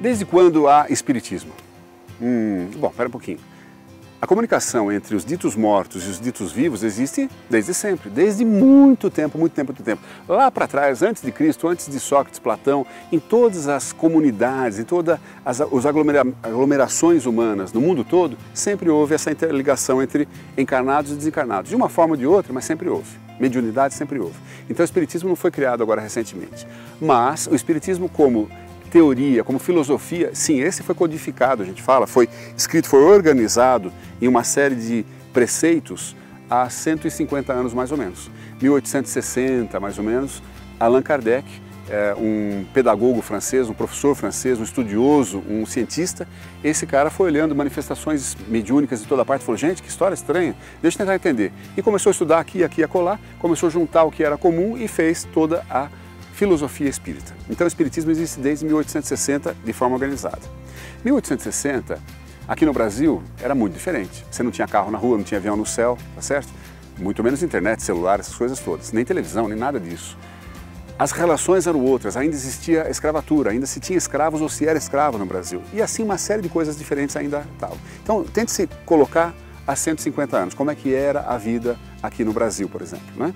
Desde quando há espiritismo? Bom, espera um pouquinho. A comunicação entre os ditos mortos e os ditos vivos existe desde sempre, desde muito tempo, muito tempo, muito tempo. Lá para trás, antes de Cristo, antes de Sócrates, Platão, em todas as comunidades, em todas as aglomerações humanas no mundo todo, sempre houve essa interligação entre encarnados e desencarnados. De uma forma ou de outra, mas sempre houve. Mediunidade sempre houve. Então o espiritismo não foi criado agora recentemente. Mas o espiritismo como teoria, como filosofia, sim, esse foi codificado, a gente fala, foi escrito, foi organizado em uma série de preceitos há 150 anos mais ou menos. 1860 mais ou menos, Allan Kardec, um pedagogo francês, um professor francês, um estudioso, um cientista, esse cara foi olhando manifestações mediúnicas de toda parte e falou, gente, que história estranha, deixa eu tentar entender. E começou a estudar aqui, aqui e acolá, começou a juntar o que era comum e fez toda a filosofia espírita. Então o espiritismo existe desde 1860 de forma organizada. 1860, aqui no Brasil, era muito diferente. Você não tinha carro na rua, não tinha avião no céu, tá certo? Muito menos internet, celular, essas coisas todas. Nem televisão, nem nada disso. As relações eram outras, ainda existia a escravatura, ainda se tinha escravos ou se era escravo no Brasil. E assim uma série de coisas diferentes ainda estavam. Então tente se colocar há 150 anos, como é que era a vida aqui no Brasil, por exemplo, né?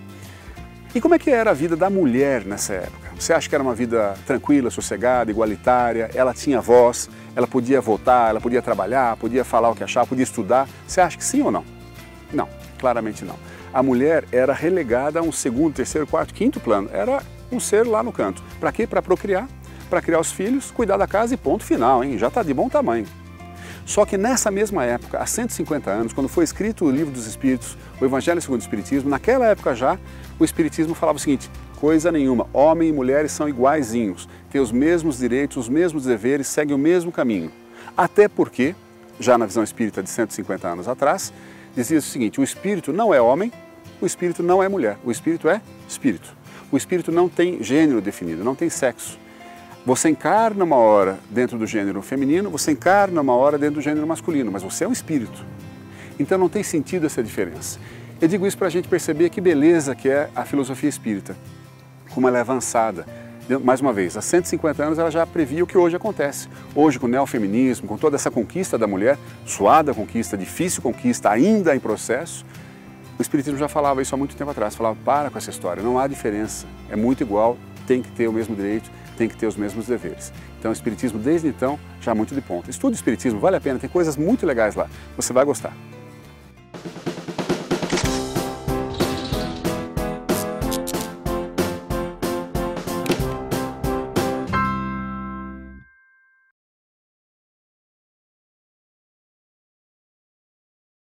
E como é que era a vida da mulher nessa época? Você acha que era uma vida tranquila, sossegada, igualitária? Ela tinha voz, ela podia votar, ela podia trabalhar, podia falar o que achava, podia estudar? Você acha que sim ou não? Não, claramente não. A mulher era relegada a um segundo, terceiro, quarto, quinto plano. Era um ser lá no canto. Para quê? Para procriar, para criar os filhos, cuidar da casa e ponto final, hein? Já está de bom tamanho. Só que nessa mesma época, há 150 anos, quando foi escrito o Livro dos Espíritos, o Evangelho segundo o Espiritismo, naquela época já, o Espiritismo falava o seguinte, coisa nenhuma, homem e mulheres são iguaizinhos, têm os mesmos direitos, os mesmos deveres, seguem o mesmo caminho. Até porque, já na visão espírita de 150 anos atrás, dizia o seguinte, o espírito não é homem, o espírito não é mulher, o espírito é espírito. O espírito não tem gênero definido, não tem sexo. Você encarna uma hora dentro do gênero feminino, você encarna uma hora dentro do gênero masculino, mas você é um espírito. Então não tem sentido essa diferença. Eu digo isso para a gente perceber que beleza que é a filosofia espírita, como ela é avançada. Mais uma vez, há 150 anos ela já previa o que hoje acontece. Hoje, com o neofeminismo, com toda essa conquista da mulher, suada conquista, difícil conquista, ainda em processo, o Espiritismo já falava isso há muito tempo atrás, falava, para com essa história, não há diferença, é muito igual, tem que ter o mesmo direito, tem que ter os mesmos deveres. Então o Espiritismo, desde então, já muito de ponta. Estude o Espiritismo, vale a pena, tem coisas muito legais lá, você vai gostar.